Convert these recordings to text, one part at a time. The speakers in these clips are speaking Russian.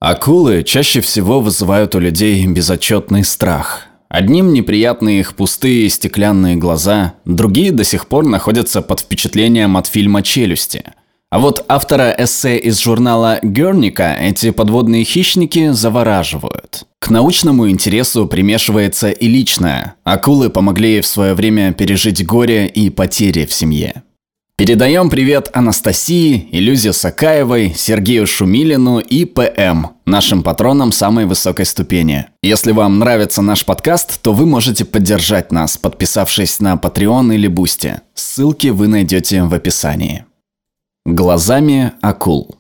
Акулы чаще всего вызывают у людей безотчетный страх. Одним неприятны их пустые стеклянные глаза, другие до сих пор находятся под впечатлением от фильма «Челюсти». А вот автора эссе из журнала «Герника» эти подводные хищники завораживают. К научному интересу примешивается и личное. Акулы помогли ей в свое время пережить горе и потери в семье. Передаем привет Анастасии, Илюзе Сакаевой, Сергею Шумилину и ПМ, нашим патронам самой высокой ступени. Если вам нравится наш подкаст, то вы можете поддержать нас, подписавшись на Patreon или Boosty. Ссылки вы найдете в описании. Глазами акул.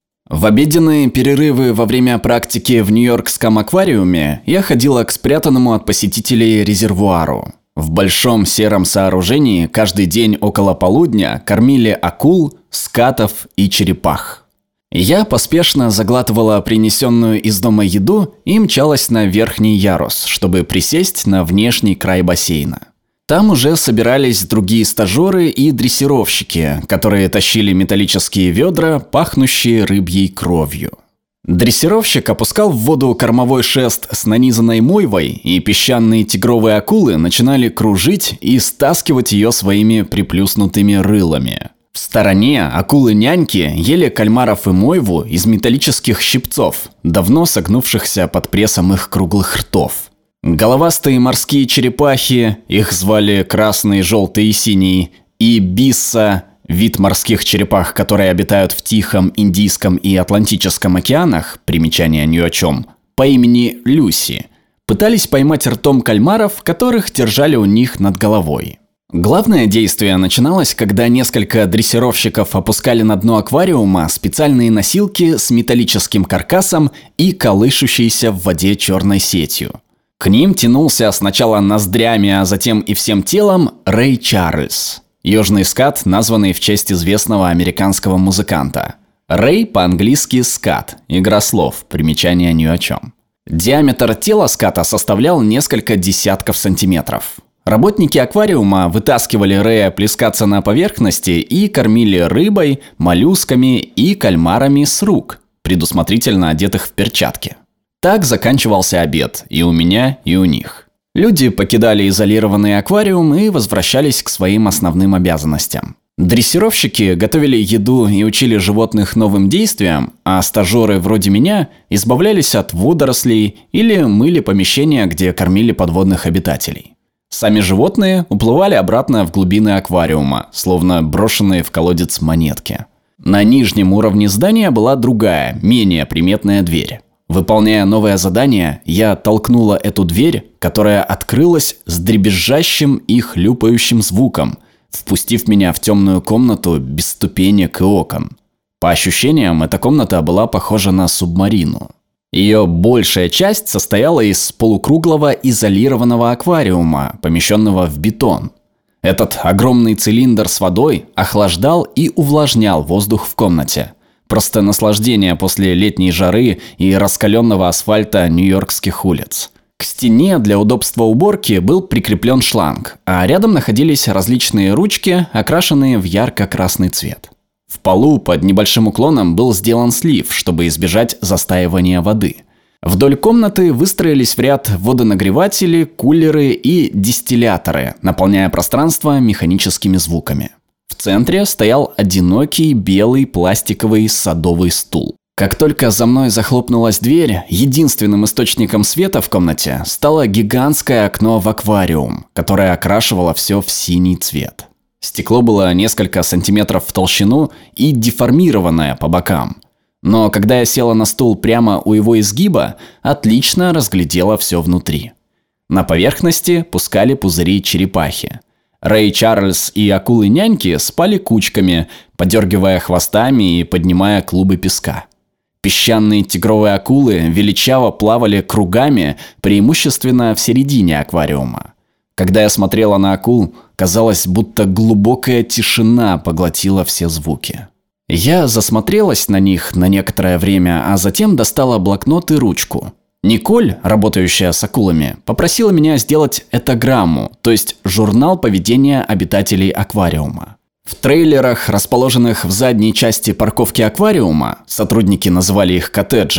В обеденные перерывы во время практики в Нью-Йоркском аквариуме я ходила к спрятанному от посетителей резервуару. В большом сером сооружении каждый день около полудня кормили акул, скатов и черепах. Я поспешно заглатывала принесенную из дома еду и мчалась на верхний ярус, чтобы присесть на внешний край бассейна. Там уже собирались другие стажеры и дрессировщики, которые тащили металлические ведра, пахнущие рыбьей кровью. Дрессировщик опускал в воду кормовой шест с нанизанной мойвой, и песчаные тигровые акулы начинали кружить и стаскивать ее своими приплюснутыми рылами. В стороне акулы-няньки ели кальмаров и мойву из металлических щипцов, давно согнувшихся под прессом их круглых ртов. Головастые морские черепахи, их звали красный, желтый и синий, и бисса, вид морских черепах, которые обитают в Тихом, Индийском и Атлантическом океанах, примечание ни о чем, по имени Люси, пытались поймать ртом кальмаров, которых держали у них над головой. Главное действие начиналось, когда несколько дрессировщиков опускали на дно аквариума специальные носилки с металлическим каркасом и колышущейся в воде черной сетью. К ним тянулся сначала ноздрями, а затем и всем телом Рэй Чарльз. Южный скат, названный в честь известного американского музыканта. Рэй по-английски скат, игра слов, примечание ни о чем. Диаметр тела ската составлял несколько десятков сантиметров. Работники аквариума вытаскивали Рэя плескаться на поверхности и кормили рыбой, моллюсками и кальмарами с рук, предусмотрительно одетых в перчатки. Так заканчивался обед и у меня, и у них. Люди покидали изолированный аквариум и возвращались к своим основным обязанностям. Дрессировщики готовили еду и учили животных новым действиям, а стажеры вроде меня избавлялись от водорослей или мыли помещения, где кормили подводных обитателей. Сами животные уплывали обратно в глубины аквариума, словно брошенные в колодец монетки. На нижнем уровне здания была другая, менее приметная дверь. Выполняя новое задание, я толкнула эту дверь, которая открылась с дребезжащим и хлюпающим звуком, впустив меня в темную комнату без ступенек и окон. По ощущениям, эта комната была похожа на субмарину. Ее большая часть состояла из полукруглого изолированного аквариума, помещенного в бетон. Этот огромный цилиндр с водой охлаждал и увлажнял воздух в комнате. Просто наслаждение после летней жары и раскаленного асфальта нью-йоркских улиц. К стене для удобства уборки был прикреплен шланг, а рядом находились различные ручки, окрашенные в ярко-красный цвет. В полу под небольшим уклоном был сделан слив, чтобы избежать застаивания воды. Вдоль комнаты выстроились в ряд водонагреватели, кулеры и дистилляторы, наполняя пространство механическими звуками. В центре стоял одинокий белый пластиковый садовый стул. Как только за мной захлопнулась дверь, единственным источником света в комнате стало гигантское окно в аквариум, которое окрашивало все в синий цвет. Стекло было несколько сантиметров в толщину и деформированное по бокам. Но когда я села на стул прямо у его изгиба, отлично разглядела все внутри. На поверхности пускали пузыри черепахи. Рэй Чарльз и акулы-няньки спали кучками, подергивая хвостами и поднимая клубы песка. Песчаные тигровые акулы величаво плавали кругами, преимущественно в середине аквариума. Когда я смотрела на акул, казалось, будто глубокая тишина поглотила все звуки. Я засмотрелась на них на некоторое время, а затем достала блокнот и ручку. Николь, работающая с акулами, попросила меня сделать этограмму, то есть журнал поведения обитателей аквариума. В трейлерах, расположенных в задней части парковки аквариума, сотрудники называли их коттеджами,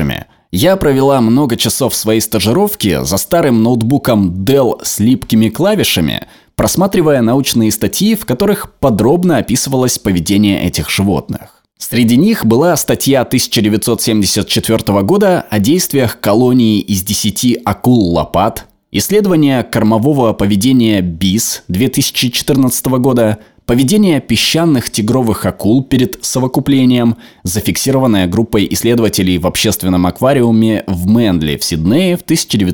Я провела много часов своей стажировки за старым ноутбуком Dell с липкими клавишами, просматривая научные статьи, в которых подробно описывалось поведение этих животных. Среди них была статья 1974 года о действиях колонии из 10 акул-лопат, исследование кормового поведения БИС 2014 года, поведение песчаных тигровых акул перед совокуплением, зафиксированное группой исследователей в общественном аквариуме в Мэнли в Сиднее в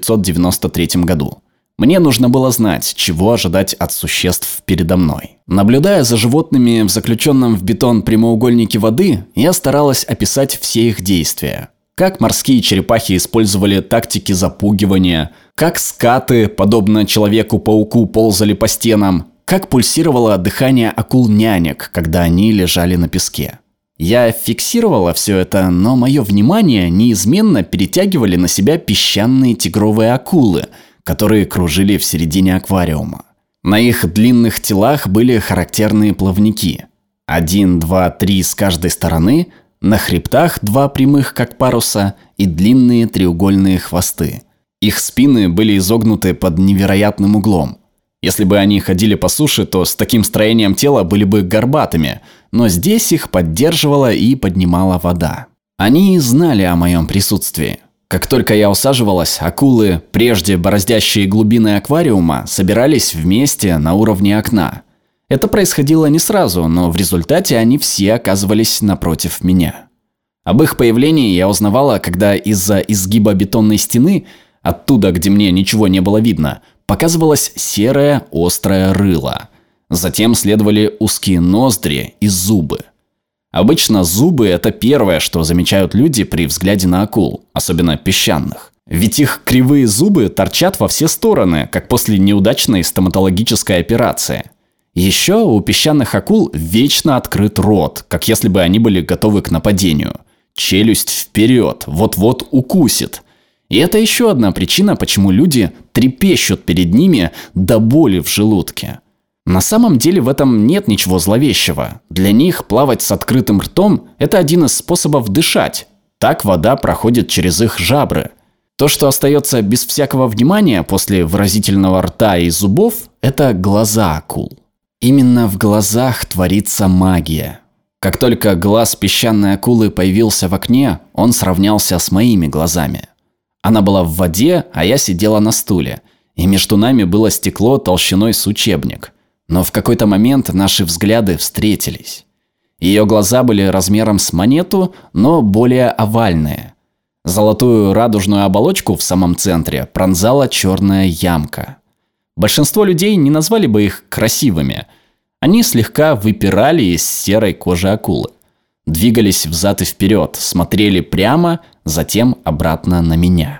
1993 году. Мне нужно было знать, чего ожидать от существ передо мной. Наблюдая за животными в заключенном в бетон прямоугольнике воды, я старалась описать все их действия. Как морские черепахи использовали тактики запугивания, как скаты, подобно Человеку-пауку, ползали по стенам, как пульсировало дыхание акул-нянек, когда они лежали на песке. Я фиксировала все это, но мое внимание неизменно перетягивали на себя песчаные тигровые акулы, которые кружили в середине аквариума. На их длинных телах были характерные плавники. 1, 2, 3 с каждой стороны, на хребтах 2 прямых, как паруса, и длинные треугольные хвосты. Их спины были изогнуты под невероятным углом. Если бы они ходили по суше, то с таким строением тела были бы горбатыми, но здесь их поддерживала и поднимала вода. Они знали о моем присутствии. Как только я усаживалась, акулы, прежде бороздящие глубины аквариума, собирались вместе на уровне окна. Это происходило не сразу, но в результате они все оказывались напротив меня. Об их появлении я узнавала, когда из-за изгиба бетонной стены, оттуда, где мне ничего не было видно, показывалось серое острое рыло. Затем следовали узкие ноздри и зубы. Обычно зубы – это первое, что замечают люди при взгляде на акул, особенно песчаных. Ведь их кривые зубы торчат во все стороны, как после неудачной стоматологической операции. Еще у песчаных акул вечно открыт рот, как если бы они были готовы к нападению. Челюсть вперед, вот-вот укусит. И это еще одна причина, почему люди трепещут перед ними до боли в желудке. На самом деле в этом нет ничего зловещего. Для них плавать с открытым ртом – это один из способов дышать. Так вода проходит через их жабры. То, что остается без всякого внимания после выразительного рта и зубов – это глаза акул. Именно в глазах творится магия. Как только глаз песчаной акулы появился в окне, он сравнялся с моими глазами. Она была в воде, а я сидела на стуле, и между нами было стекло толщиной с учебник. Но в какой-то момент наши взгляды встретились. Ее глаза были размером с монету, но более овальные. Золотую радужную оболочку в самом центре пронзала черная ямка. Большинство людей не назвали бы их красивыми. Они слегка выпирали из серой кожи акулы. Двигались взад и вперед, смотрели прямо, затем обратно на меня.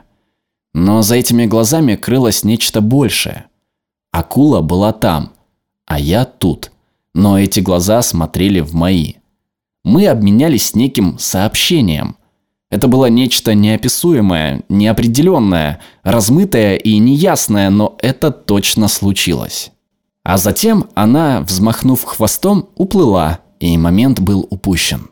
Но за этими глазами крылось нечто большее. Акула была там, а я тут. Но эти глаза смотрели в мои. Мы обменялись неким сообщением. Это было нечто неописуемое, неопределенное, размытое и неясное, но это точно случилось. А затем она, взмахнув хвостом, уплыла, и момент был упущен.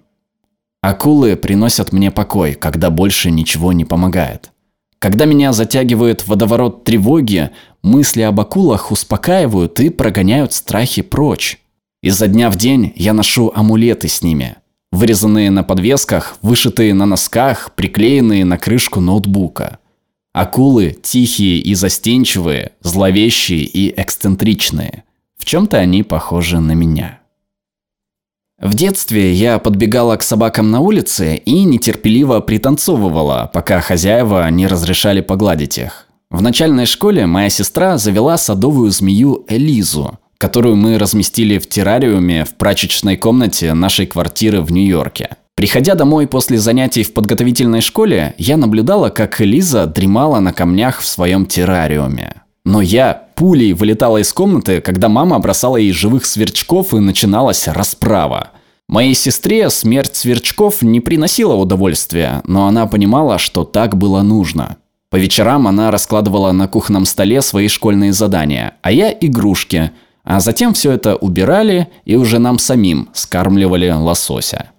Акулы приносят мне покой, когда больше ничего не помогает. Когда меня затягивает в водоворот тревоги, мысли об акулах успокаивают и прогоняют страхи прочь. Изо дня в день я ношу амулеты с ними. Вырезанные на подвесках, вышитые на носках, приклеенные на крышку ноутбука. Акулы тихие и застенчивые, зловещие и эксцентричные. В чем-то они похожи на меня. В детстве я подбегала к собакам на улице и нетерпеливо пританцовывала, пока хозяева не разрешали погладить их. В начальной школе моя сестра завела садовую змею Элизу, которую мы разместили в террариуме в прачечной комнате нашей квартиры в Нью-Йорке. Приходя домой после занятий в подготовительной школе, я наблюдала, как Элиза дремала на камнях в своем террариуме. Но я пулей вылетала из комнаты, когда мама бросала ей живых сверчков и начиналась расправа. Моей сестре смерть сверчков не приносила удовольствия, но она понимала, что так было нужно. По вечерам она раскладывала на кухонном столе свои школьные задания, а я игрушки, а затем все это убирали и уже нам самим скармливали лосося.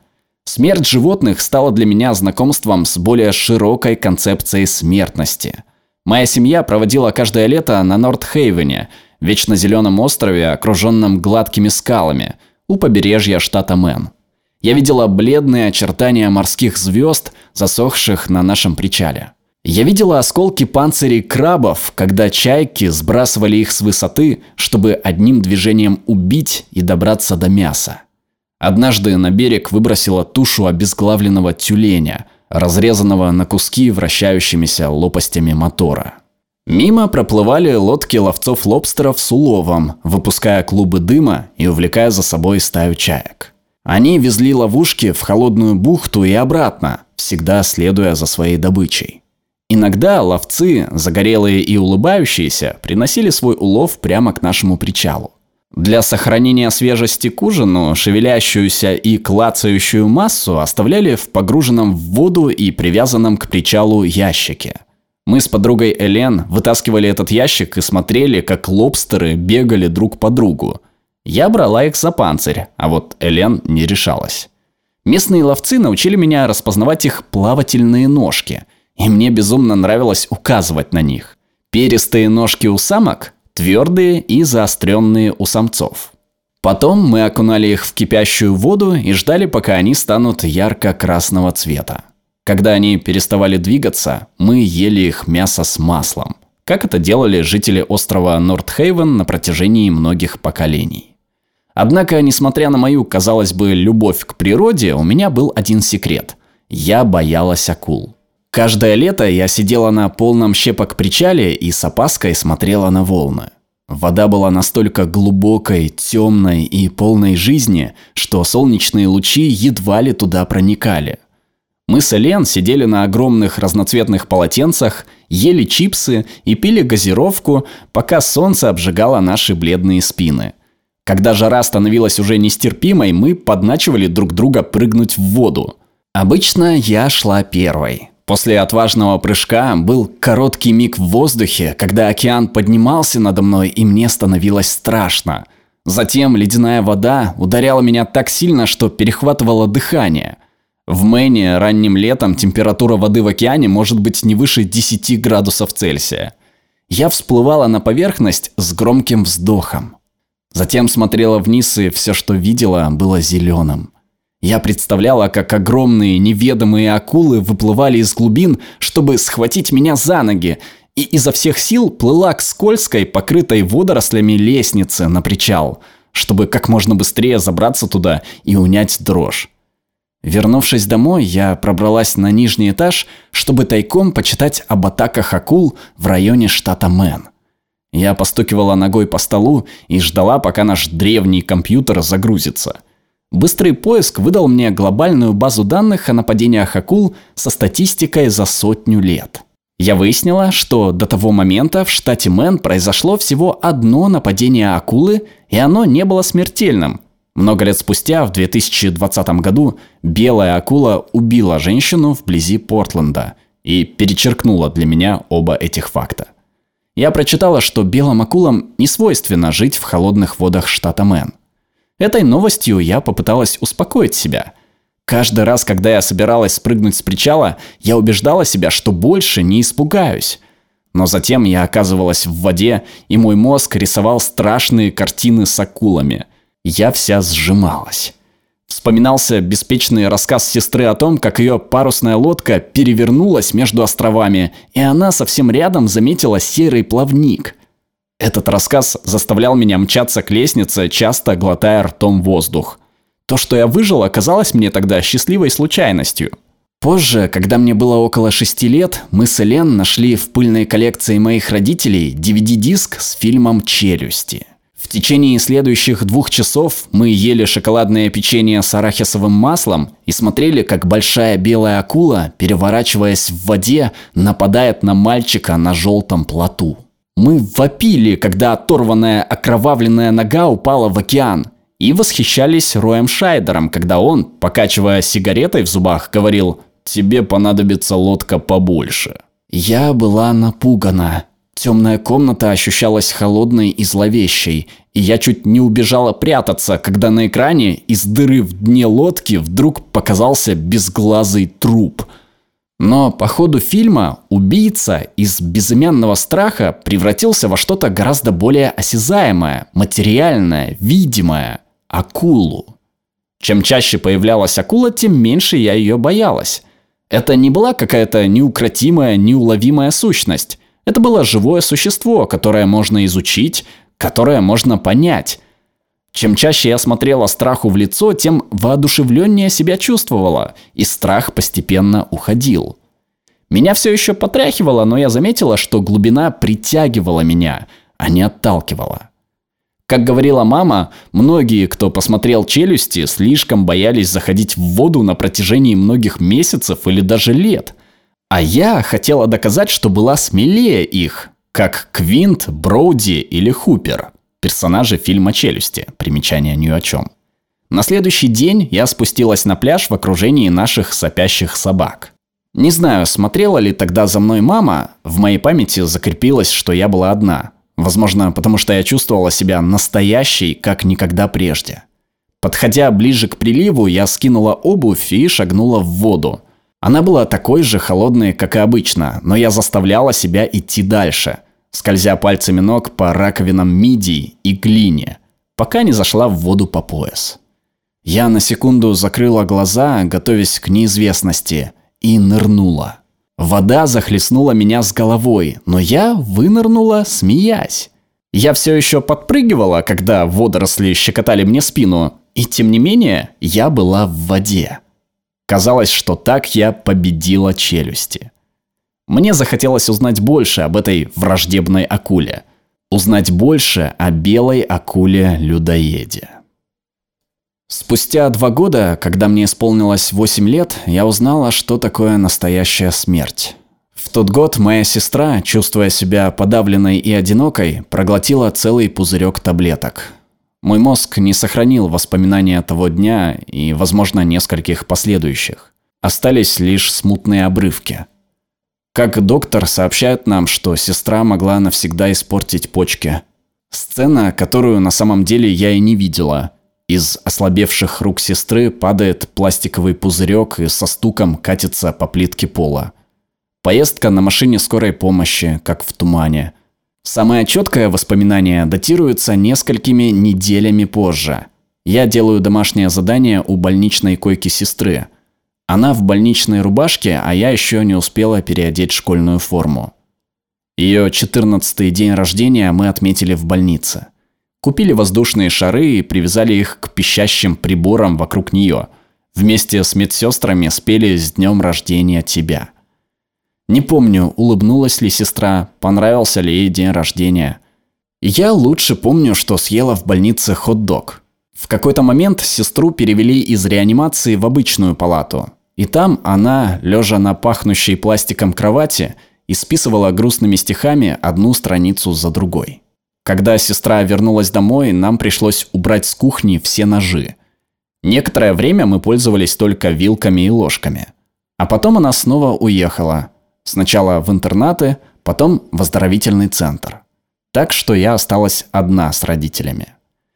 Смерть животных стала для меня знакомством с более широкой концепцией смертности. Моя семья проводила каждое лето на Норт-Хейвене, вечно зеленом острове, окруженном гладкими скалами, у побережья штата Мэн. Я видела бледные очертания морских звезд, засохших на нашем причале. Я видела осколки панцирей крабов, когда чайки сбрасывали их с высоты, чтобы одним движением убить и добраться до мяса. Однажды на берег выбросила тушу обезглавленного тюленя, разрезанного на куски вращающимися лопастями мотора. Мимо проплывали лодки ловцов лобстеров с уловом, выпуская клубы дыма и увлекая за собой стаю чаек. Они везли ловушки в холодную бухту и обратно, всегда следуя за своей добычей. Иногда ловцы, загорелые и улыбающиеся, приносили свой улов прямо к нашему причалу. Для сохранения свежести к ужину шевелящуюся и клацающую массу оставляли в погруженном в воду и привязанном к причалу ящике. Мы с подругой Элен вытаскивали этот ящик и смотрели, как лобстеры бегали друг по другу. Я брала их за панцирь, а вот Элен не решалась. Местные ловцы научили меня распознавать их плавательные ножки, и мне безумно нравилось указывать на них. Перистые ножки у самок, твердые и заостренные у самцов. Потом мы окунали их в кипящую воду и ждали, пока они станут ярко-красного цвета. Когда они переставали двигаться, мы ели их мясо с маслом, как это делали жители острова Норт-Хейвен на протяжении многих поколений. Однако, несмотря на мою, казалось бы, любовь к природе, у меня был один секрет – я боялась акул. Каждое лето я сидела на полном щепок причале и с опаской смотрела на волны. Вода была настолько глубокой, темной и полной жизни, что солнечные лучи едва ли туда проникали. Мы с Элен сидели на огромных разноцветных полотенцах, ели чипсы и пили газировку, пока солнце обжигало наши бледные спины. Когда жара становилась уже нестерпимой, мы подначивали друг друга прыгнуть в воду. Обычно я шла первой. После отважного прыжка был короткий миг в воздухе, когда океан поднимался надо мной, и мне становилось страшно. Затем ледяная вода ударяла меня так сильно, что перехватывало дыхание. В Мэне ранним летом температура воды в океане может быть не выше 10 градусов Цельсия. Я всплывала на поверхность с громким вздохом. Затем смотрела вниз, и все, что видела, было зеленым. Я представляла, как огромные неведомые акулы выплывали из глубин, чтобы схватить меня за ноги, и изо всех сил плыла к скользкой, покрытой водорослями лестнице на причал, чтобы как можно быстрее забраться туда и унять дрожь. Вернувшись домой, я пробралась на нижний этаж, чтобы тайком почитать об атаках акул в районе штата Мэн. Я постукивала ногой по столу и ждала, пока наш древний компьютер загрузится. Быстрый поиск выдал мне глобальную базу данных о нападениях акул со статистикой за 100 лет. Я выяснила, что до того момента в штате Мэн произошло всего одно нападение акулы, и оно не было смертельным. Много лет спустя, в 2020 году, белая акула убила женщину вблизи Портленда и перечеркнула для меня оба этих факта. Я прочитала, что белым акулам не свойственно жить в холодных водах штата Мэн. Этой новостью я попыталась успокоить себя. Каждый раз, когда я собиралась спрыгнуть с причала, я убеждала себя, что больше не испугаюсь. Но затем я оказывалась в воде, и мой мозг рисовал страшные картины с акулами. Я вся сжималась. Вспоминался беспечный рассказ сестры о том, как ее парусная лодка перевернулась между островами, и она совсем рядом заметила серый плавник. Этот рассказ заставлял меня мчаться к лестнице, часто глотая ртом воздух. То, что я выжил, оказалось мне тогда счастливой случайностью. Позже, когда мне было около 6 лет, мы с Элен нашли в пыльной коллекции моих родителей DVD-диск с фильмом «Челюсти». В течение следующих 2 часов мы ели шоколадное печенье с арахисовым маслом и смотрели, как большая белая акула, переворачиваясь в воде, нападает на мальчика на желтом плоту. Мы вопили, когда оторванная окровавленная нога упала в океан, и восхищались Роем Шайдером, когда он, покачивая сигаретой в зубах, говорил: «Тебе понадобится лодка побольше». Я была напугана. Темная комната ощущалась холодной и зловещей, и я чуть не убежала прятаться, когда на экране из дыры в дне лодки вдруг показался безглазый труп. Но по ходу фильма убийца из безымянного страха превратился во что-то гораздо более осязаемое, материальное, видимое – акулу. Чем чаще появлялась акула, тем меньше я ее боялась. Это не была какая-то неукротимая, неуловимая сущность. Это было живое существо, которое можно изучить, которое можно понять. Чем чаще я смотрела страху в лицо, тем воодушевленнее себя чувствовала, и страх постепенно уходил. Меня все еще потряхивало, но я заметила, что глубина притягивала меня, а не отталкивала. Как говорила мама, многие, кто посмотрел «Челюсти», слишком боялись заходить в воду на протяжении многих месяцев или даже лет. А я хотела доказать, что была смелее их, как Квинт, Броуди или Хупер, персонажи фильма «Челюсти», примечание ни о чем. На следующий день я спустилась на пляж в окружении наших сопящих собак. Не знаю, смотрела ли тогда за мной мама, в моей памяти закрепилось, что я была одна. Возможно, потому что я чувствовала себя настоящей, как никогда прежде. Подходя ближе к приливу, я скинула обувь и шагнула в воду. Она была такой же холодной, как и обычно, но я заставляла себя идти дальше, скользя пальцами ног по раковинам мидий и глине, пока не зашла в воду по пояс. Я на секунду закрыла глаза, готовясь к неизвестности, и нырнула. Вода захлестнула меня с головой, но я вынырнула, смеясь. Я все еще подпрыгивала, когда водоросли щекотали мне спину, и тем не менее я была в воде. Казалось, что так я победила челюсти. Мне захотелось узнать больше об этой враждебной акуле. Узнать больше о белой акуле-людоеде. Спустя 2 года, когда мне исполнилось 8 лет, я узнала, что такое настоящая смерть. В тот год моя сестра, чувствуя себя подавленной и одинокой, проглотила целый пузырек таблеток. Мой мозг не сохранил воспоминания того дня и, возможно, нескольких последующих. Остались лишь смутные обрывки. Как доктор сообщает нам, что сестра могла навсегда испортить почки. Сцена, которую на самом деле я и не видела. Из ослабевших рук сестры падает пластиковый пузырек и со стуком катится по плитке пола. Поездка на машине скорой помощи, как в тумане. Самое четкое воспоминание датируется несколькими неделями позже. Я делаю домашнее задание у больничной койки сестры. Она в больничной рубашке, а я еще не успела переодеть школьную форму. Ее 14-й день рождения мы отметили в больнице. Купили воздушные шары и привязали их к пищащим приборам вокруг нее. Вместе с медсестрами спели «С днем рождения тебя». Не помню, улыбнулась ли сестра, понравился ли ей день рождения. Я лучше помню, что съела в больнице хот-дог. В какой-то момент сестру перевели из реанимации в обычную палату. И там она, лежа на пахнущей пластиком кровати, исписывала грустными стихами одну страницу за другой. Когда сестра вернулась домой, нам пришлось убрать с кухни все ножи. Некоторое время мы пользовались только вилками и ложками. А потом она снова уехала. Сначала в интернаты, потом в оздоровительный центр. Так что я осталась одна с родителями.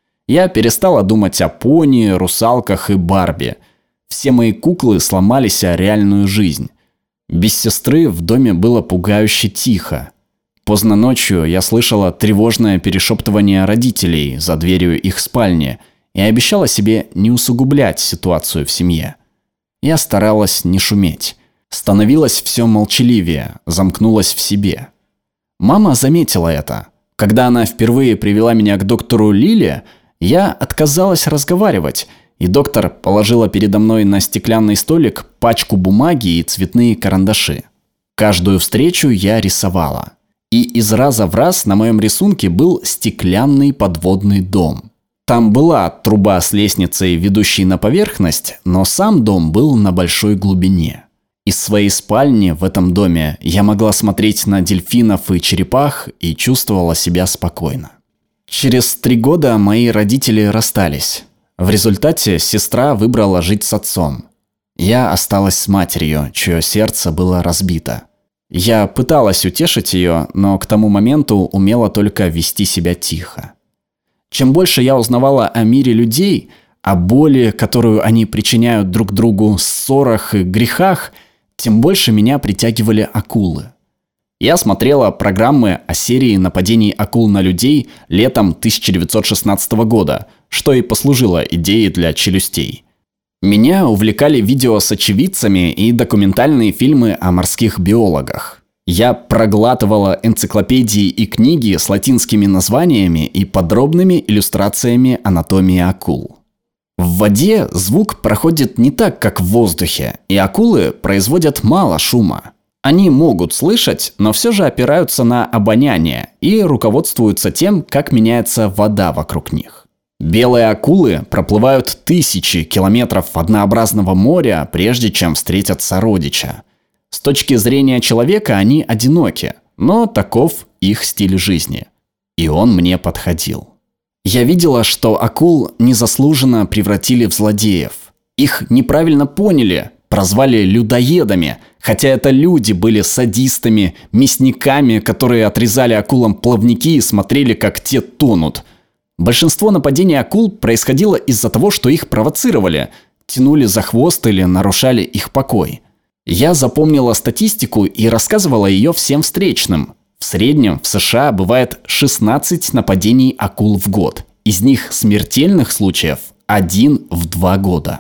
Я перестала думать о пони, русалках и Барби. Все мои куклы сломались о реальную жизнь. Без сестры в доме было пугающе тихо. Поздно ночью я слышала тревожное перешептывание родителей за дверью их спальни и обещала себе не усугублять ситуацию в семье. Я старалась не шуметь. Становилась все молчаливее, замкнулась в себе. Мама заметила это. Когда она впервые привела меня к доктору Лиле, я отказалась разговаривать, и доктор положила передо мной на стеклянный столик пачку бумаги и цветные карандаши. Каждую встречу я рисовала. И из раза в раз на моем рисунке был стеклянный подводный дом. Там была труба с лестницей, ведущей на поверхность, но сам дом был на большой глубине. Из своей спальни в этом доме я могла смотреть на дельфинов и черепах и чувствовала себя спокойно. Через 3 года мои родители расстались. В результате сестра выбрала жить с отцом. Я осталась с матерью, чье сердце было разбито. Я пыталась утешить ее, но к тому моменту умела только вести себя тихо. Чем больше я узнавала о мире людей, о боли, которую они причиняют друг другу, ссорах и грехах, тем больше меня притягивали акулы. Я смотрела программы о серии нападений акул на людей летом 1916 года, что и послужило идеей для «Челюстей». Меня увлекали видео с очевидцами и документальные фильмы о морских биологах. Я проглатывала энциклопедии и книги с латинскими названиями и подробными иллюстрациями анатомии акул. В воде звук проходит не так, как в воздухе, и акулы производят мало шума. Они могут слышать, но все же опираются на обоняние и руководствуются тем, как меняется вода вокруг них. Белые акулы проплывают тысячи километров однообразного моря, прежде чем встретят сородича. С точки зрения человека они одиноки, но таков их стиль жизни. И он мне подходил. Я видела, что акул незаслуженно превратили в злодеев. Их неправильно поняли, прозвали людоедами, хотя это люди были садистами, мясниками, которые отрезали акулам плавники и смотрели, как те тонут. Большинство нападений акул происходило из-за того, что их провоцировали, тянули за хвост или нарушали их покой. Я запомнила статистику и рассказывала ее всем встречным. В среднем в США бывает 16 нападений акул в год. Из них смертельных случаев 1 в 2 года.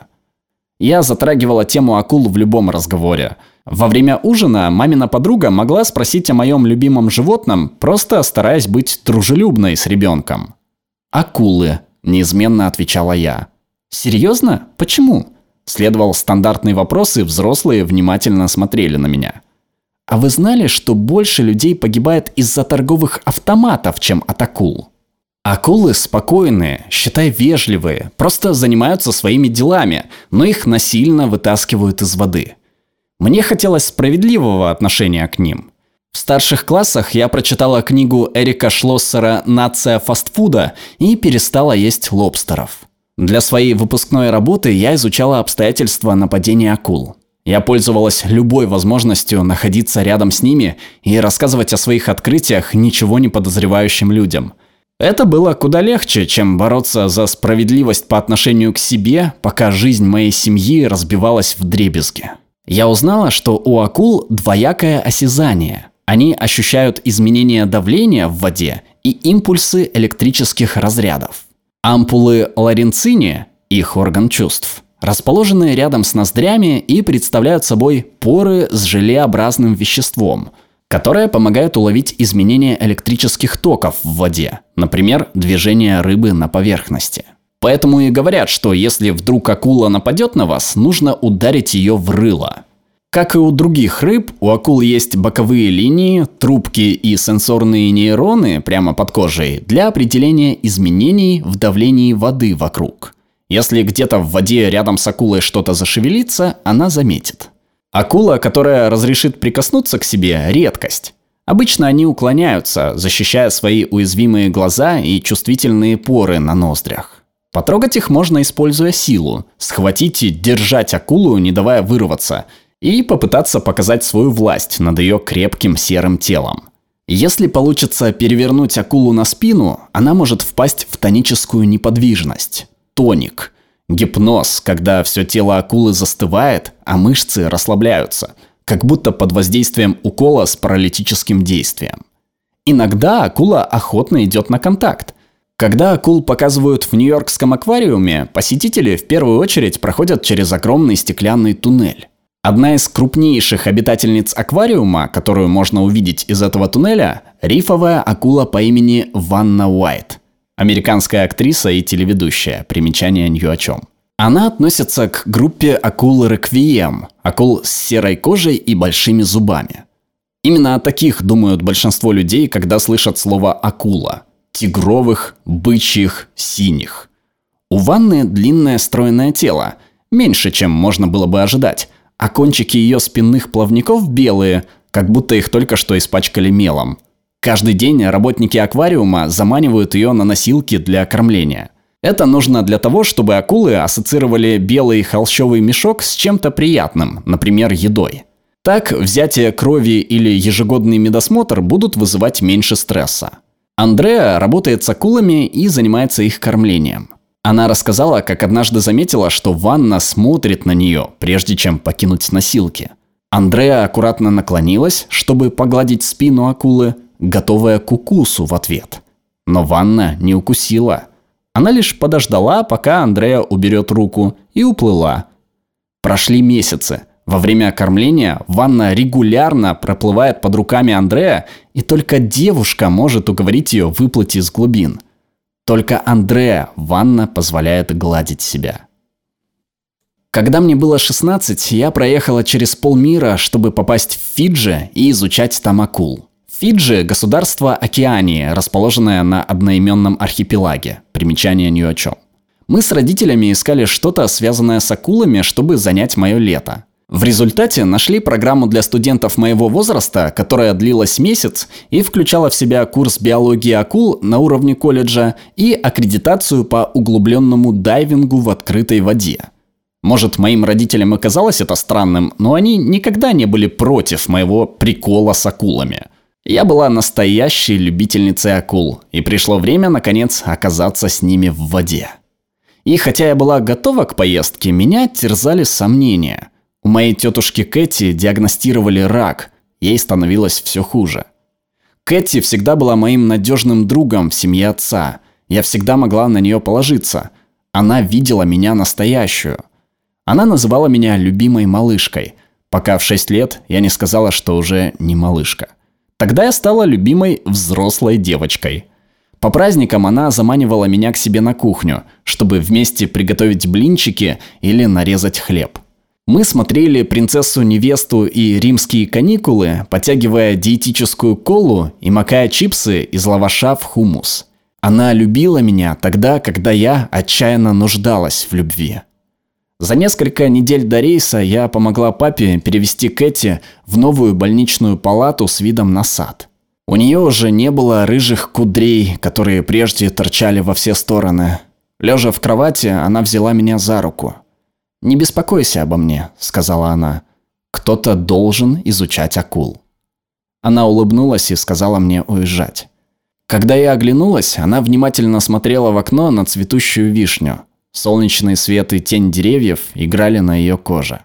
Я затрагивала тему акул в любом разговоре. Во время ужина мамина подруга могла спросить о моем любимом животном, просто стараясь быть дружелюбной с ребенком. «Акулы», – неизменно отвечала я. «Серьезно? Почему?» Следовал стандартный вопрос, и взрослые внимательно смотрели на меня. «А вы знали, что больше людей погибает из-за торговых автоматов, чем от акул?» Акулы спокойные, считай вежливые, просто занимаются своими делами, но их насильно вытаскивают из воды. Мне хотелось справедливого отношения к ним. В старших классах я прочитала книгу Эрика Шлоссера «Нация фастфуда» и перестала есть лобстеров. Для своей выпускной работы я изучала обстоятельства нападения акул. Я пользовалась любой возможностью находиться рядом с ними и рассказывать о своих открытиях ничего не подозревающим людям. Это было куда легче, чем бороться за справедливость по отношению к себе, пока жизнь моей семьи разбивалась вдребезги. Я узнала, что у акул двоякое осязание. Они ощущают изменения давления в воде и импульсы электрических разрядов. Ампулы ларинцини, их орган чувств, расположены рядом с ноздрями и представляют собой поры с желеобразным веществом, которое помогает уловить изменения электрических токов в воде, например, движение рыбы на поверхности. Поэтому и говорят, что если вдруг акула нападет на вас, нужно ударить ее в рыло. Как и у других рыб, у акул есть боковые линии, трубки и сенсорные нейроны прямо под кожей для определения изменений в давлении воды вокруг. Если где-то в воде рядом с акулой что-то зашевелится, она заметит. Акула, которая разрешит прикоснуться к себе, редкость. Обычно они уклоняются, защищая свои уязвимые глаза и чувствительные поры на ноздрях. Потрогать их можно, используя силу, схватить и держать акулу, не давая вырваться, и попытаться показать свою власть над ее крепким серым телом. Если получится перевернуть акулу на спину, она может впасть в тоническую неподвижность. Тоник. Гипноз, когда все тело акулы застывает, а мышцы расслабляются, как будто под воздействием укола с паралитическим действием. Иногда акула охотно идет на контакт. Когда акул показывают в Нью-Йоркском аквариуме, посетители в первую очередь проходят через огромный стеклянный туннель. Одна из крупнейших обитательниц аквариума, которую можно увидеть из этого туннеля, рифовая акула по имени Ванна Уайт. Американская актриса и телеведущая, примечание ни о чем. Она относится к группе акул реквием, акул с серой кожей и большими зубами. Именно о таких думают большинство людей, когда слышат слово «акула». Тигровых, бычьих, синих. У Ванны длинное стройное тело, меньше, чем можно было бы ожидать, а кончики ее спинных плавников белые, как будто их только что испачкали мелом. Каждый день работники аквариума заманивают ее на носилки для кормления. Это нужно для того, чтобы акулы ассоциировали белый холщовый мешок с чем-то приятным, например, едой. Так, взятие крови или ежегодный медосмотр будут вызывать меньше стресса. Андреа работает с акулами и занимается их кормлением. Она рассказала, как однажды заметила, что Ванна смотрит на нее, прежде чем покинуть носилки. Андреа аккуратно наклонилась, чтобы погладить спину акулы, готовая к укусу в ответ. Но Ванна не укусила. Она лишь подождала, пока Андреа уберет руку, и уплыла. Прошли месяцы. Во время кормления Ванна регулярно проплывает под руками Андреа, и только девушка может уговорить ее выплыть из глубин. Только Андреа Ванна позволяет гладить себя. Когда мне было 16, я проехала через полмира, чтобы попасть в Фиджи и изучать там акул. Фиджи – государство Океании, расположенное на одноименном архипелаге. Примечание ни о чем. Мы с родителями искали что-то, связанное с акулами, чтобы занять мое лето. В результате нашли программу для студентов моего возраста, которая длилась месяц и включала в себя курс биологии акул на уровне колледжа и аккредитацию по углубленному дайвингу в открытой воде. Может, моим родителям и казалось это странным, но они никогда не были против моего прикола с акулами. Я была настоящей любительницей акул, и пришло время, наконец, оказаться с ними в воде. И хотя я была готова к поездке, меня терзали сомнения. У моей тетушки Кэти диагностировали рак, ей становилось все хуже. Кэти всегда была моим надежным другом в семье отца. Я всегда могла на нее положиться. Она видела меня настоящую. Она называла меня любимой малышкой, пока в 6 лет я не сказала, что уже не малышка. Тогда я стала любимой взрослой девочкой. По праздникам она заманивала меня к себе на кухню, чтобы вместе приготовить блинчики или нарезать хлеб. Мы смотрели «Принцессу-невесту» и «Римские каникулы», потягивая диетическую колу и макая чипсы из лаваша в хумус. Она любила меня тогда, когда я отчаянно нуждалась в любви. За несколько недель до рейса я помогла папе перевести Кэти в новую больничную палату с видом на сад. У нее уже не было рыжих кудрей, которые прежде торчали во все стороны. Лежа в кровати, она взяла меня за руку. «Не беспокойся обо мне», — сказала она. «Кто-то должен изучать акул». Она улыбнулась и сказала мне уезжать. Когда я оглянулась, она внимательно смотрела в окно на цветущую вишню. Солнечный свет и тень деревьев играли на ее коже.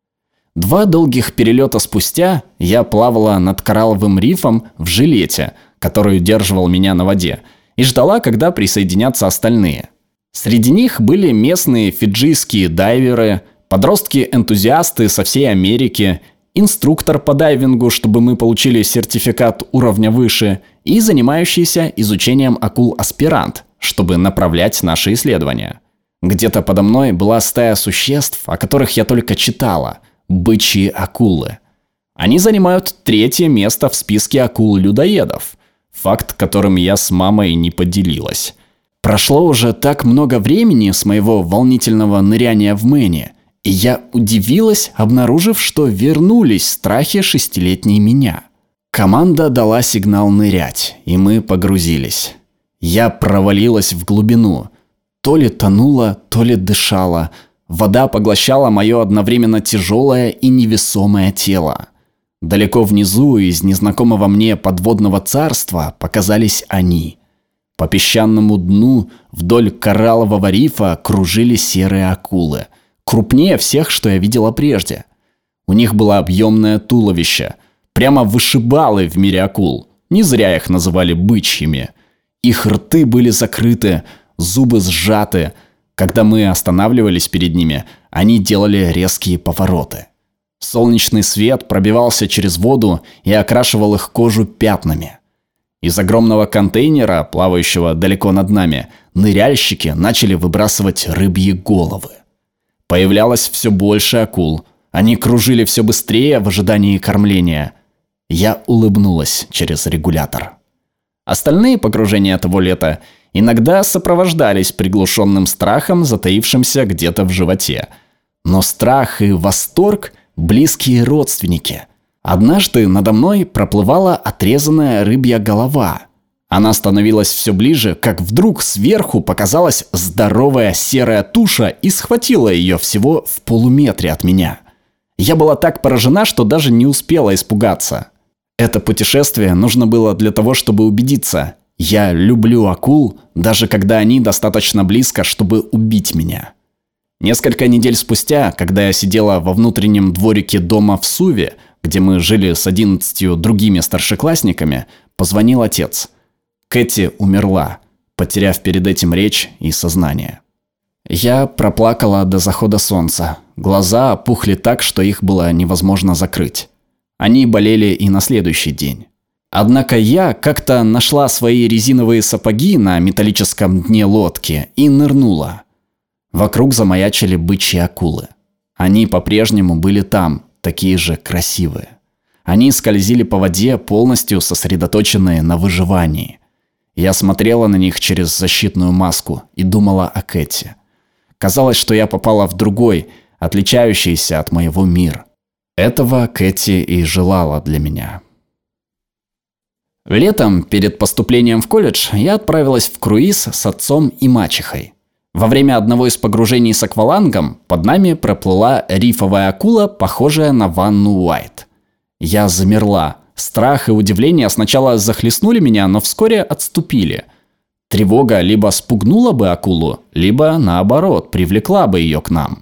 2 долгих перелета спустя я плавала над коралловым рифом в жилете, который удерживал меня на воде, и ждала, когда присоединятся остальные. Среди них были местные фиджийские дайверы, подростки-энтузиасты со всей Америки, инструктор по дайвингу, чтобы мы получили сертификат уровня выше, и занимающийся изучением акул аспирант, чтобы направлять наши исследования. Где-то подо мной была стая существ, о которых я только читала – бычьи акулы. Они занимают 3-е место в списке акул-людоедов, факт, которым я с мамой не поделилась. Прошло уже так много времени с моего волнительного ныряния в Мэне, и я удивилась, обнаружив, что вернулись страхи 6-летней меня. Команда дала сигнал нырять, и мы погрузились. Я провалилась в глубину. То ли тонула, то ли дышала. Вода поглощала мое одновременно тяжелое и невесомое тело. Далеко внизу из незнакомого мне подводного царства показались они. По песчаному дну вдоль кораллового рифа кружили серые акулы. Крупнее всех, что я видела прежде. У них было объемное туловище. Прямо вышибалы в мире акул. Не зря их называли бычьими. Их рты были закрыты, зубы сжаты. Когда мы останавливались перед ними, они делали резкие повороты. Солнечный свет пробивался через воду и окрашивал их кожу пятнами. Из огромного контейнера, плавающего далеко над нами, ныряльщики начали выбрасывать рыбьи головы. Появлялось все больше акул. Они кружили все быстрее в ожидании кормления. Я улыбнулась через регулятор. Остальные погружения того лета иногда сопровождались приглушенным страхом, затаившимся где-то в животе. Но страх и восторг – близкие родственники. Однажды надо мной проплывала отрезанная рыбья голова. Она становилась все ближе, как вдруг сверху показалась здоровая серая туша и схватила ее всего в полуметре от меня. Я была так поражена, что даже не успела испугаться. Это путешествие нужно было для того, чтобы убедиться. Я люблю акул, даже когда они достаточно близко, чтобы убить меня. Несколько недель спустя, когда я сидела во внутреннем дворике дома в Суве, где мы жили с 11 другими старшеклассниками, позвонил отец. Кэти умерла, потеряв перед этим речь и сознание. Я проплакала до захода солнца. Глаза опухли так, что их было невозможно закрыть. Они болели и на следующий день. Однако я как-то нашла свои резиновые сапоги на металлическом дне лодки и нырнула. Вокруг замаячили бычьи акулы. Они по-прежнему были там, такие же красивые. Они скользили по воде, полностью сосредоточенные на выживании. Я смотрела на них через защитную маску и думала о Кэти. Казалось, что я попала в другой, отличающийся от моего мир. Этого Кэти и желала для меня. Летом, перед поступлением в колледж, я отправилась в круиз с отцом и мачехой. Во время одного из погружений с аквалангом под нами проплыла рифовая акула, похожая на Ванну Уайт. Я замерла. Страх и удивление сначала захлестнули меня, но вскоре отступили. Тревога либо спугнула бы акулу, либо, наоборот, привлекла бы ее к нам.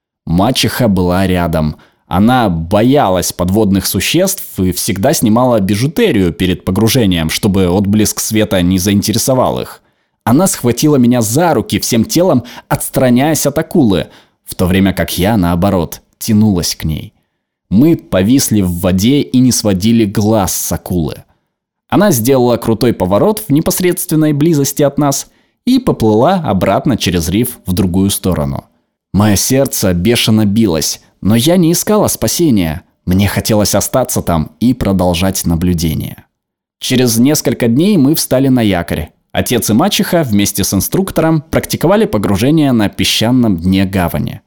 Мачеха была рядом. Она боялась подводных существ и всегда снимала бижутерию перед погружением, чтобы отблеск света не заинтересовал их. Она схватила меня за руки, всем телом отстраняясь от акулы, в то время как я, наоборот, тянулась к ней. Мы повисли в воде и не сводили глаз с акулы. Она сделала крутой поворот в непосредственной близости от нас и поплыла обратно через риф в другую сторону. Мое сердце бешено билось, но я не искала спасения. Мне хотелось остаться там и продолжать наблюдение. Через несколько дней мы встали на якорь. Отец и мачеха вместе с инструктором практиковали погружение на песчаном дне гавани.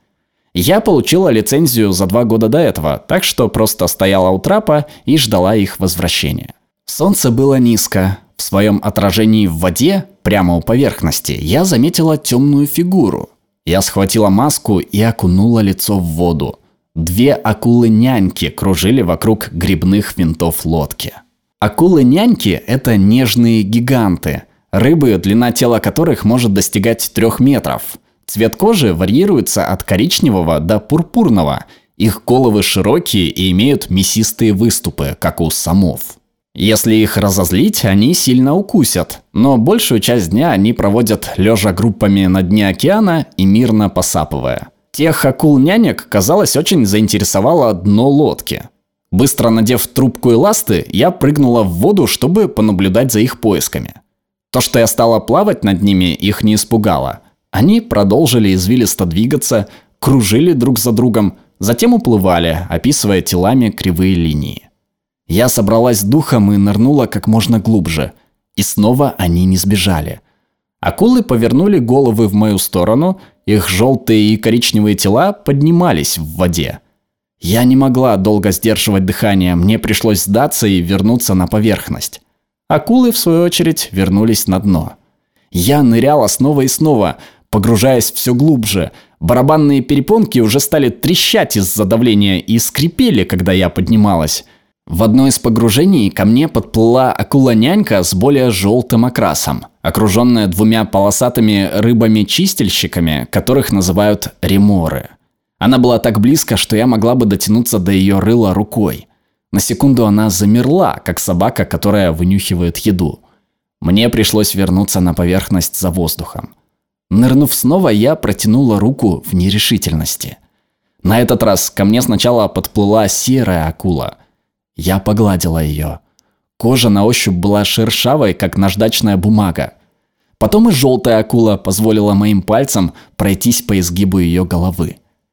Я получила лицензию за 2 года до этого, так что просто стояла у трапа и ждала их возвращения. Солнце было низко. В своем отражении в воде, прямо у поверхности, я заметила темную фигуру. Я схватила маску и окунула лицо в воду. 2 акулы-няньки кружили вокруг грибных винтов лодки. Акулы-няньки – это нежные гиганты. Рыбы, длина тела которых может достигать 3 метров. Цвет кожи варьируется от коричневого до пурпурного. Их головы широкие и имеют мясистые выступы, как у самов. Если их разозлить, они сильно укусят, но большую часть дня они проводят лежа группами на дне океана и мирно посапывая. Тех акул-нянек, казалось, очень заинтересовало дно лодки. Быстро надев трубку и ласты, я прыгнула в воду, чтобы понаблюдать за их поисками. То, что я стала плавать над ними, их не испугало. Они продолжили извилисто двигаться, кружили друг за другом, затем уплывали, описывая телами кривые линии. Я собралась с духом и нырнула как можно глубже. И снова они не сбежали. Акулы повернули головы в мою сторону, их желтые и коричневые тела поднимались в воде. Я не могла долго сдерживать дыхание, мне пришлось сдаться и вернуться на поверхность. Акулы, в свою очередь, вернулись на дно. Я ныряла снова и снова, погружаясь все глубже. Барабанные перепонки уже стали трещать из-за давления и скрипели, когда я поднималась. В одно из погружений ко мне подплыла акула-нянька с более желтым окрасом, окруженная 2 полосатыми рыбами-чистильщиками, которых называют реморы. Она была так близко, что я могла бы дотянуться до ее рыла рукой. На секунду она замерла, как собака, которая вынюхивает еду. Мне пришлось вернуться на поверхность за воздухом. Нырнув снова, я протянула руку в нерешительности. На этот раз ко мне сначала подплыла серая акула. Я погладила ее. Кожа на ощупь была шершавой, как наждачная бумага. Потом и желтая акула позволила моим пальцам пройтись по изгибу ее головы.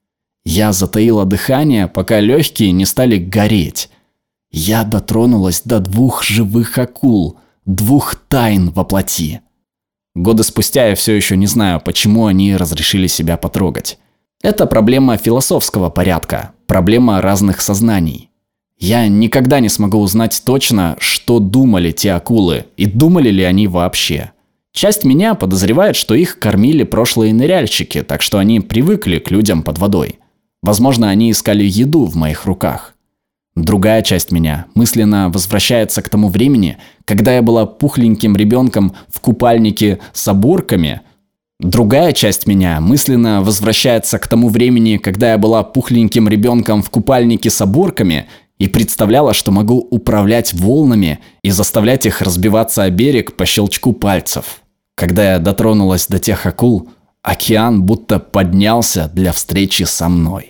Я затаила дыхание, пока легкие не стали гореть. Я дотронулась до 2 живых акул, 2 тайн во плоти. Годы спустя я все еще не знаю, почему они разрешили себя потрогать. Это проблема философского порядка, проблема разных сознаний. Я никогда не смогу узнать точно, что думали те акулы, и думали ли они вообще. Часть меня подозревает, что их кормили прошлые ныряльщики, так что они привыкли к людям под водой. Возможно, они искали еду в моих руках. Другая часть меня мысленно возвращается к тому времени, когда я была пухленьким ребенком в купальнике с оборками. Другая часть меня мысленно возвращается к тому времени, когда я была пухленьким ребенком в купальнике с оборками и представляла, что могу управлять волнами и заставлять их разбиваться о берег по щелчку пальцев. Когда я дотронулась до тех акул, океан будто поднялся для встречи со мной.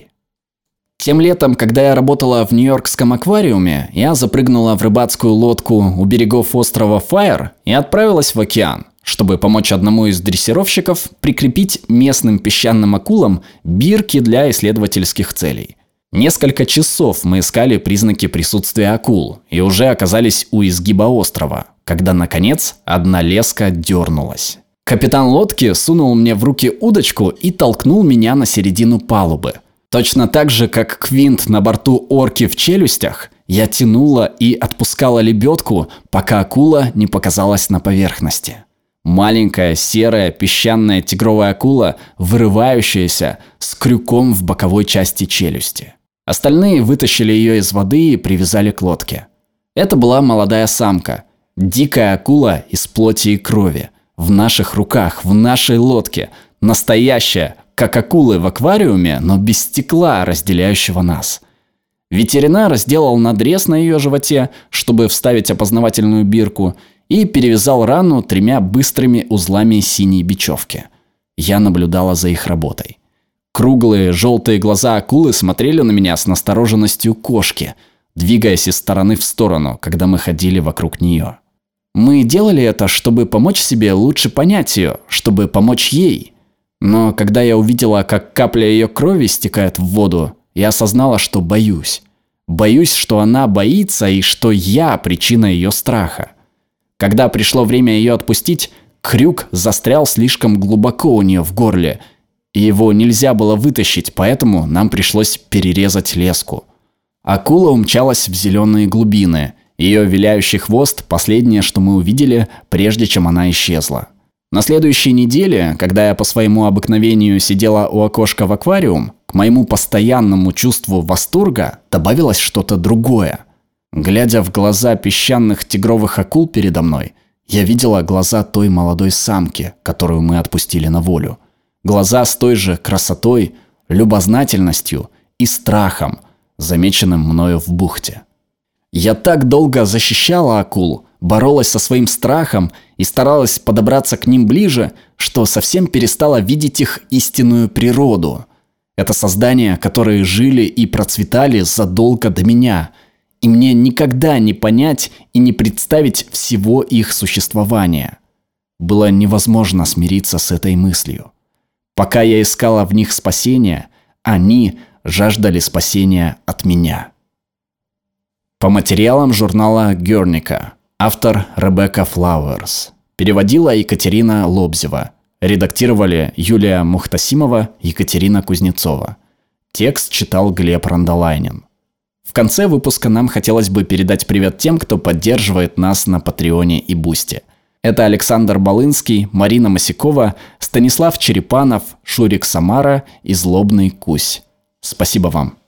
Тем летом, когда я работала в Нью-Йоркском аквариуме, я запрыгнула в рыбацкую лодку у берегов острова Файр и отправилась в океан, чтобы помочь одному из дрессировщиков прикрепить местным песчаным акулам бирки для исследовательских целей. Несколько часов мы искали признаки присутствия акул и уже оказались у изгиба острова, когда, наконец, одна леска дернулась. Капитан лодки сунул мне в руки удочку и толкнул меня на середину палубы. Точно так же, как Квинт на борту орки в «Челюстях», я тянула и отпускала лебедку, пока акула не показалась на поверхности. Маленькая серая песчаная тигровая акула, вырывающаяся с крюком в боковой части челюсти. Остальные вытащили ее из воды и привязали к лодке. Это была молодая самка, дикая акула из плоти и крови, в наших руках, в нашей лодке, настоящая, как акулы в аквариуме, но без стекла, разделяющего нас. Ветеринар сделал надрез на ее животе, чтобы вставить опознавательную бирку, и перевязал рану 3 быстрыми узлами синей бечевки. Я наблюдала за их работой. Круглые желтые глаза акулы смотрели на меня с настороженностью кошки, двигаясь из стороны в сторону, когда мы ходили вокруг нее. Мы делали это, чтобы помочь себе лучше понять ее, чтобы помочь ей. Но когда я увидела, как капля ее крови стекает в воду, я осознала, что боюсь. Боюсь, что она боится и что я причина ее страха. Когда пришло время ее отпустить, крюк застрял слишком глубоко у нее в горле, и его нельзя было вытащить, поэтому нам пришлось перерезать леску. Акула умчалась в зеленые глубины. Ее виляющий хвост – последнее, что мы увидели, прежде чем она исчезла. На следующей неделе, когда я по своему обыкновению сидела у окошка в аквариум, к моему постоянному чувству восторга добавилось что-то другое. Глядя в глаза песчаных тигровых акул передо мной, я видела глаза той молодой самки, которую мы отпустили на волю. Глаза с той же красотой, любознательностью и страхом, замеченным мною в бухте. Я так долго защищала акул, боролась со своим страхом и старалась подобраться к ним ближе, что совсем перестала видеть их истинную природу. Это создания, которые жили и процветали задолго до меня, и мне никогда не понять и не представить всего их существования. Было невозможно смириться с этой мыслью. Пока я искала в них спасения, они жаждали спасения от меня. По материалам журнала «Герника». Автор Ребекка Флауэрс. Переводила Екатерина Лобзева. Редактировали Юлия Мухтасимова, Екатерина Кузнецова. Текст читал Глеб Рандолайнин. В конце выпуска нам хотелось бы передать привет тем, кто поддерживает нас на Патреоне и Бусти. Это Александр Балынский, Марина Масякова, Станислав Черепанов, Шурик Самара и Злобный Кусь. Спасибо вам.